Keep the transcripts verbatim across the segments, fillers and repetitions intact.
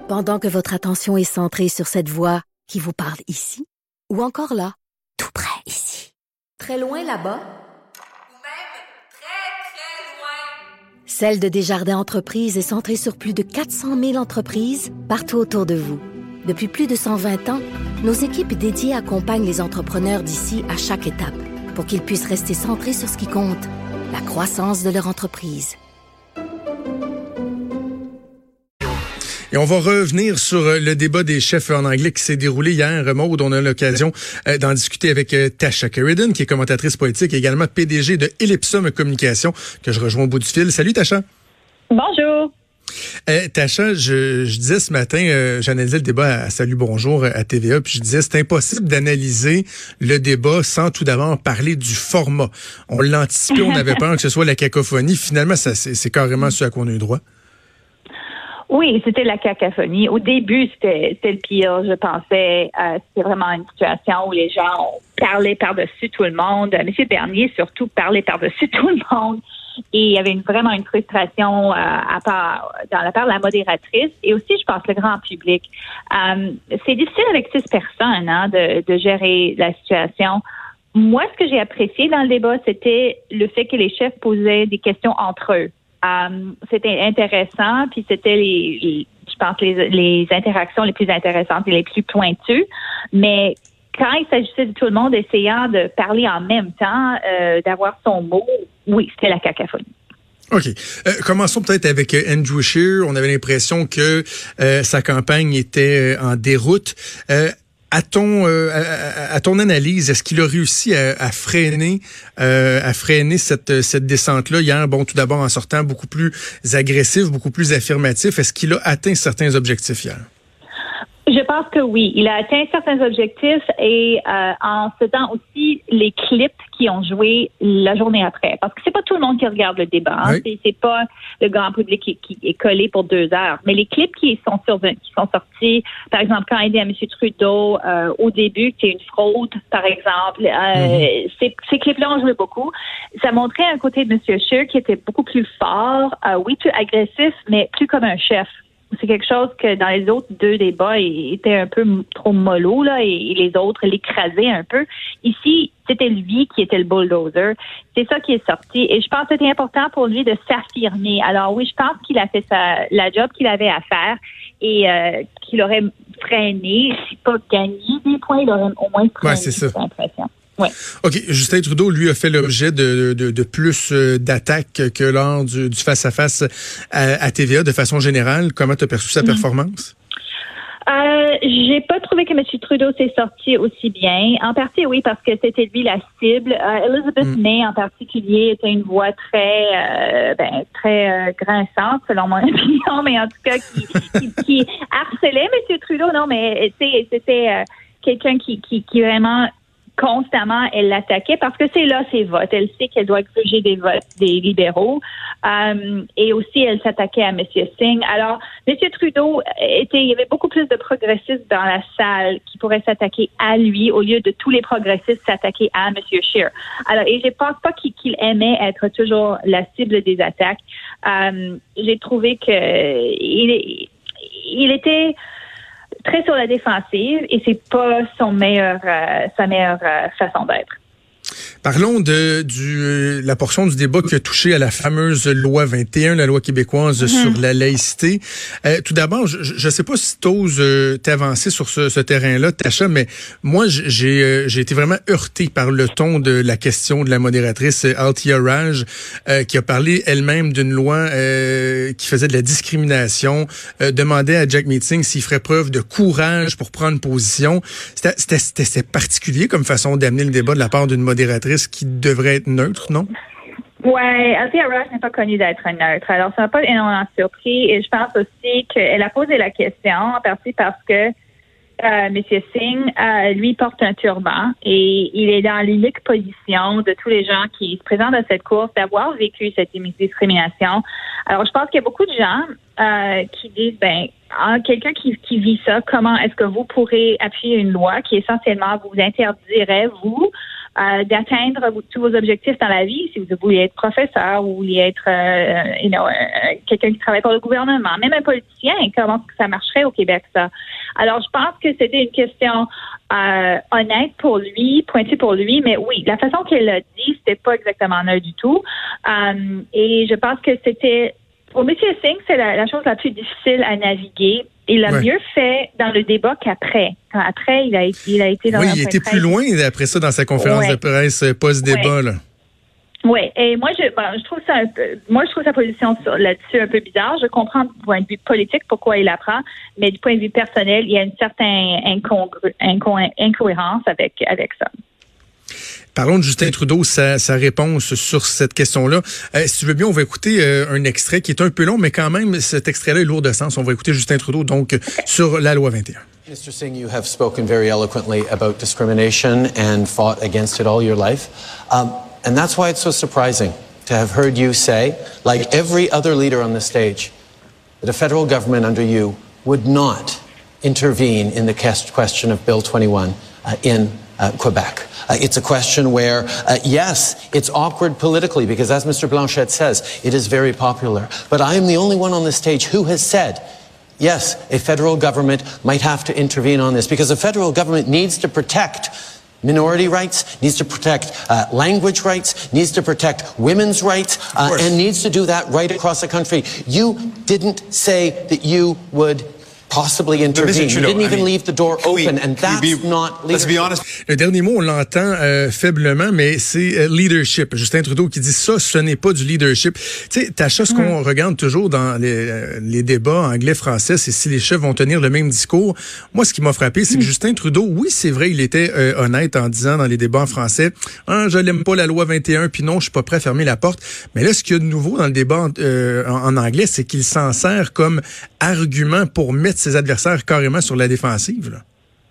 Pendant que votre attention est centrée sur cette voix qui vous parle ici, ou encore là, tout près ici, très loin là-bas, ou même très, très loin. Celle de Desjardins Entreprises est centrée sur plus de quatre cent mille entreprises partout autour de vous. Depuis plus de cent vingt ans, nos équipes dédiées accompagnent les entrepreneurs d'ici à chaque étape pour qu'ils puissent rester centrés sur ce qui compte, la croissance de leur entreprise. Et on va revenir sur le débat des chefs en anglais qui s'est déroulé hier. Maud, on a l'occasion d'en discuter avec Tasha Keridan, qui est commentatrice politique et également P D G de Ellipsum Communication, que je rejoins au bout du fil. Salut Tasha. Bonjour. Euh, Tasha, je, je disais ce matin, euh, j'analysais le débat à, à Salut Bonjour à T V A, puis je disais c'est impossible d'analyser le débat sans tout d'abord parler du format. On l'anticipait, on avait peur que ce soit la cacophonie. Finalement, ça, c'est, c'est carrément ce à quoi on a eu droit. Oui, c'était la cacophonie. Au début, c'était, c'était le pire, je pensais. Euh, c'était vraiment une situation où les gens parlaient par-dessus tout le monde. Monsieur Bernier, surtout, parlait par-dessus tout le monde. Et il y avait une, vraiment une frustration euh, à part, dans la part de la modératrice et aussi, je pense, le grand public. Euh, c'est difficile avec six personnes hein, de, de gérer la situation. Moi, ce que j'ai apprécié dans le débat, c'était le fait que les chefs posaient des questions entre eux. Euh, c'était intéressant, puis c'était les, les je pense les, les interactions les plus intéressantes et les plus pointues. Mais quand il s'agissait de tout le monde essayant de parler en même temps, euh, d'avoir son mot, oui, c'était la cacophonie. OK. Euh, commençons peut-être avec Andrew Scheer. On avait l'impression que euh, sa campagne était en déroute. Euh, À ton euh, à, à ton analyse, est-ce qu'il a réussi à, à freiner euh, à freiner cette cette descente-là hier? Bon, tout d'abord en sortant beaucoup plus agressif, beaucoup plus affirmatif. Est-ce qu'il a atteint certains objectifs hier? Je pense que oui. Il a atteint certains objectifs et euh, en faisant aussi les clips qui ont joué la journée après. Parce que c'est pas tout le monde qui regarde le débat. Hein. Oui. C'est, c'est pas le grand public qui, qui est collé pour deux heures. Mais les clips qui sont sur, qui sont sortis, par exemple, quand il dit à M. Trudeau euh, au début que c'est une fraude, par exemple, euh, mm-hmm. ces, ces clips-là ont joué beaucoup. Ça montrait un côté de M. Scheer qui était beaucoup plus fort, euh, oui, plus agressif, mais plus comme un chef. C'est quelque chose que dans les autres deux débats, il était un peu trop mollo, là, et, et les autres l'écrasaient un peu. Ici, c'était lui qui était le bulldozer. C'est ça qui est sorti. Et je pense que c'était important pour lui de s'affirmer. Alors oui, je pense qu'il a fait sa, la job qu'il avait à faire et euh, qu'il aurait freiné, si pas gagné des points, il aurait au moins freiné, ouais, c'est ça. J'ai l'impression. Ouais. OK. Justin Trudeau, lui, a fait l'objet de, de, de plus d'attaques que lors du, du face-à-face à, à T V A de façon générale. Comment tu as perçu sa mmh. performance? Euh, j'ai pas trouvé que M. Trudeau s'est sorti aussi bien. En partie, oui, parce que c'était lui la cible. Euh, Elizabeth mmh. May, en particulier, était une voix très, euh, ben, très euh, grinçante, selon mon opinion, mais en tout cas, qui, qui, qui harcelait M. Trudeau. Non, mais c'était euh, quelqu'un qui, qui, qui vraiment constamment, elle l'attaquait parce que c'est là ses votes. Elle sait qu'elle doit gruger des votes des libéraux. Euh, et aussi, elle s'attaquait à M. Singh. Alors, M. Trudeau était, il y avait beaucoup plus de progressistes dans la salle qui pourraient s'attaquer à lui au lieu de tous les progressistes s'attaquer à M. Scheer. Alors, et je pense pas qu'il, qu'il aimait être toujours la cible des attaques. Euh, j'ai trouvé que il, il était très sur la défensive et c'est pas son meilleur, euh, sa meilleure euh, façon d'être. Parlons de du la portion du débat qui a touché à la fameuse loi vingt et un, la loi québécoise mm-hmm. sur la laïcité. Euh, tout d'abord, je ne sais pas si tu oses euh, t'avancer sur ce, ce terrain-là, Tasha, mais moi, j'ai euh, j'ai été vraiment heurté par le ton de la question de la modératrice Althea Raj, euh, qui a parlé elle-même d'une loi euh, qui faisait de la discrimination, euh, demandait à Jack Meeting s'il ferait preuve de courage pour prendre position. C'était, c'était, c'était, c'était particulier comme façon d'amener le débat de la part d'une modératrice qui devrait être neutre, non? Oui, Althea Raj n'est pas connue d'être neutre. Alors, ça m'a pas énormément surpris. Et je pense aussi qu'elle a posé la question, en partie parce que euh, M. Singh, euh, lui, porte un turban et il est dans l'unique position de tous les gens qui se présentent à cette course d'avoir vécu cette discrimination. Alors, je pense qu'il y a beaucoup de gens euh, qui disent, ben, ah, quelqu'un qui, qui vit ça, comment est-ce que vous pourrez appuyer une loi qui essentiellement vous interdirait, vous, euh, d'atteindre tous vos objectifs dans la vie. Si vous voulez être professeur ou vous voulez être euh, you know, euh, quelqu'un qui travaille pour le gouvernement, même un politicien, comment ça marcherait au Québec, ça? Alors, je pense que c'était une question euh, honnête pour lui, pointue pour lui, mais oui, la façon qu'elle l'a dit, c'était pas exactement neutre du tout. Euh, et je pense que c'était, pour M. Singh, c'est la, la chose la plus difficile à naviguer. Il a ouais. mieux fait dans le débat qu'après. Après, il a, il a été dans Oui, un il était plus loin après ça dans sa conférence ouais. de presse post-débat, ouais. là. Oui, et moi je, bon, je trouve ça un peu, moi je trouve sa position sur, là-dessus un peu bizarre. Je comprends du point de vue politique pourquoi il la prend, mais du point de vue personnel, il y a une certaine incongru, inco, incohérence avec avec ça. Parlons de Justin Trudeau, sa, sa réponse sur cette question-là. Euh, si tu veux bien, on va écouter euh, un extrait qui est un peu long, mais quand même, cet extrait-là est lourd de sens. On va écouter Justin Trudeau, donc, okay. sur la loi vingt et un. Mister Singh, you have spoken very eloquently about discrimination and fought against it all your life. Um, and that's why it's so surprising to have heard you say, like every other leader on the stage, that a federal government under you would not intervene in the question of Bill twenty-one uh, in uh, Quebec. Uh, it's a question where, uh, yes, it's awkward politically because, as Mister Blanchette says, it is very popular. But I am the only one on the stage who has said, yes, a federal government might have to intervene on this because the federal government needs to protect minority rights, needs to protect uh, language rights, needs to protect women's rights, uh, and needs to do that right across the country. You didn't say that you would possibly intervene. You didn't even leave the door open, and that's not leadership. Let's be honest. Le dernier mot, on l'entend euh, faiblement, mais c'est euh, leadership. Justin Trudeau qui dit ça, ce n'est pas du leadership. Tu sais, Tacha, ce mm. qu'on regarde toujours dans les, les débats anglais-français, c'est si les chefs vont tenir le même discours. Moi, ce qui m'a frappé, c'est mm. que Justin Trudeau, oui, c'est vrai, il était euh, honnête en disant dans les débats en français, ah, je n'aime pas la loi vingt et un, puis non, je suis pas prêt à fermer la porte. Mais là, ce qu'il y a de nouveau dans le débat euh, en, en anglais, c'est qu'il s'en sert comme argument pour mettre ses adversaires carrément sur la défensive, là.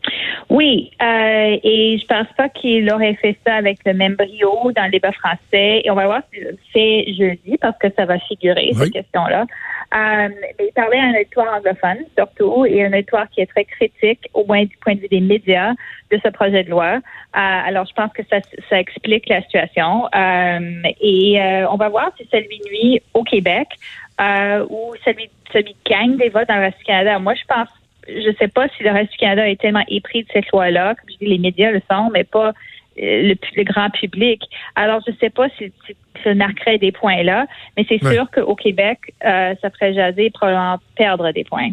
Oui, euh, et je pense pas qu'il aurait fait ça avec le même brio dans le débat français. Et on va voir si le fait jeudi, parce que ça va figurer, oui. cette question-là. Euh, mais il parlait à un auditoire anglophone, surtout, et un auditoire qui est très critique, au moins du point de vue des médias, de ce projet de loi. Euh, alors, je pense que ça, ça explique la situation. Euh, et euh, on va voir si ça lui nuit au Québec euh, ou ça lui, ça lui gagne des votes dans le reste du Canada. Moi, je pense Je ne sais pas si le reste du Canada est tellement épris de cette loi-là. Comme je dis, les médias le sont, mais pas le, le grand public. Alors, je ne sais pas si, si ça marquerait des points là, mais c'est ouais. sûr qu'au Québec, euh, ça ferait jaser et probablement perdre des points.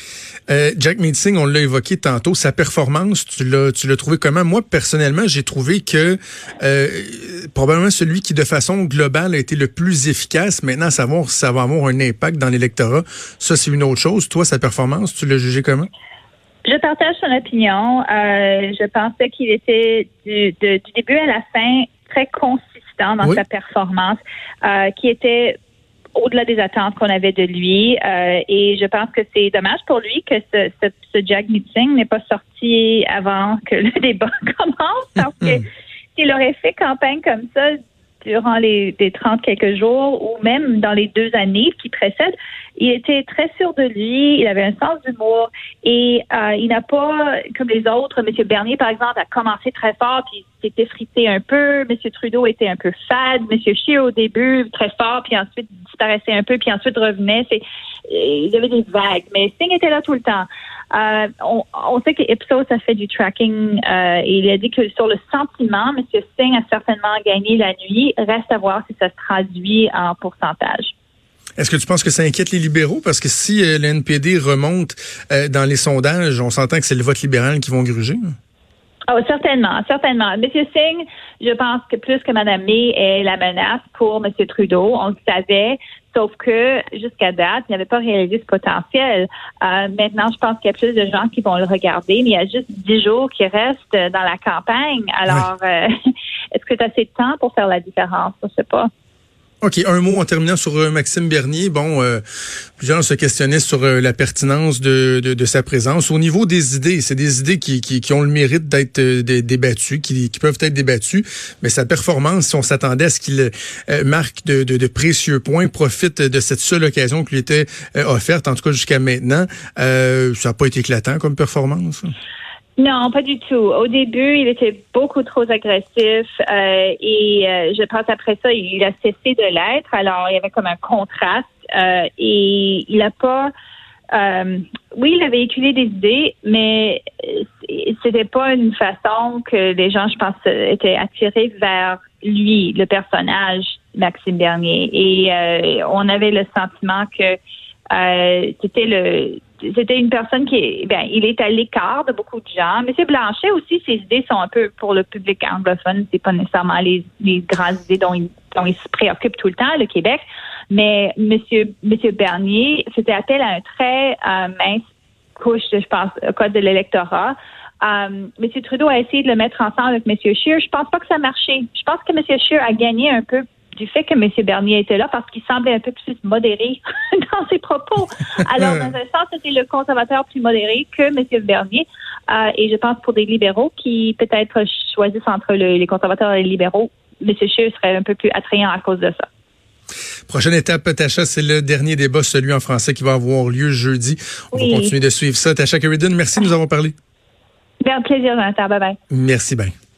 Euh, Jagmeet Singh, on l'a évoqué tantôt, sa performance, tu l'as, tu l'as trouvé comment? Moi, personnellement, j'ai trouvé que euh, probablement celui qui, de façon globale, a été le plus efficace. Maintenant, savoir si ça va avoir un impact dans l'électorat, ça, c'est une autre chose. Toi, sa performance, tu l'as jugé comment? Je partage son opinion. Euh, je pensais qu'il était du, de, du début à la fin très consistant dans oui. sa performance, euh, qui était au-delà des attentes qu'on avait de lui. Euh, et je pense que c'est dommage pour lui que ce, ce, ce Jagmeet Singh n'est pas sorti avant que le débat commence, parce que s'il aurait fait campagne comme ça durant les, les trente quelques jours ou même dans les deux années qui précèdent, il était très sûr de lui, il avait un sens d'humour et euh, il n'a pas, comme les autres, M. Bernier, par exemple, a commencé très fort puis s'est effrité un peu. M. Trudeau était un peu fade. M. Scheer, au début, très fort, puis ensuite disparaissait un peu, puis ensuite revenait. C'est, il y avait des vagues, mais Singh était là tout le temps. Euh, on, on sait que Ipsos a fait du tracking euh, et il a dit que sur le sentiment, M. Singh a certainement gagné la nuit. Reste à voir si ça se traduit en pourcentage. Est-ce que tu penses que ça inquiète les libéraux? Parce que si euh, le N P D remonte euh, dans les sondages, on s'entend que c'est le vote libéral qui vont gruger. Oh, certainement, certainement. M. Singh, je pense que plus que Mme May est la menace pour M. Trudeau. On le savait, sauf que jusqu'à date, il n'avait pas réalisé ce potentiel. Euh, maintenant, je pense qu'il y a plus de gens qui vont le regarder, mais il y a juste dix jours qui restent dans la campagne. Alors, oui. euh, est-ce que tu as assez de temps pour faire la différence? Je ne sais pas. OK, un mot en terminant sur euh, Maxime Bernier. Bon, euh, plusieurs se questionnaient sur euh, la pertinence de, de, de sa présence. Au niveau des idées, c'est des idées qui, qui, qui ont le mérite d'être euh, débattues, qui, qui peuvent être débattues, mais sa performance, si on s'attendait à ce qu'il euh, marque de, de, de précieux points, profite de cette seule occasion qui lui était euh, offerte, en tout cas jusqu'à maintenant, euh, ça n'a pas été éclatant comme performance. Non, pas du tout. Au début, il était beaucoup trop agressif euh, et euh, je pense après ça, il a cessé de l'être. Alors, il y avait comme un contraste euh, et il n'a pas... Euh, oui, il a véhiculé des idées, mais c'était pas une façon que les gens, je pense, étaient attirés vers lui, le personnage Maxime Bernier. Et euh, on avait le sentiment que euh, c'était le c'était une personne qui est, ben, il est à l'écart de beaucoup de gens. Monsieur Blanchet aussi, ses idées sont un peu pour le public anglophone. C'est pas nécessairement les, les grandes idées dont il, dont il se préoccupe tout le temps, le Québec. Mais Monsieur, Monsieur Bernier faisait appel à un très euh, mince couche, je pense, au code de l'électorat. Euh, Monsieur Trudeau a essayé de le mettre ensemble avec Monsieur Scheer. Je pense pas que ça a marché. Je pense que Monsieur Scheer a gagné un peu du fait que M. Bernier était là parce qu'il semblait un peu plus modéré dans ses propos. Alors, dans un sens, c'était le conservateur plus modéré que M. Bernier. Euh, et je pense pour des libéraux qui peut-être choisissent entre le, les conservateurs et les libéraux, M. Scheer serait un peu plus attrayant à cause de ça. Prochaine étape, Tasha, c'est le dernier débat, celui en français qui va avoir lieu jeudi. On oui. va continuer de suivre ça. Tasha Sheridan, merci de nous avoir parlé. Bien, plaisir, Jonathan. Bye bye. Merci bien.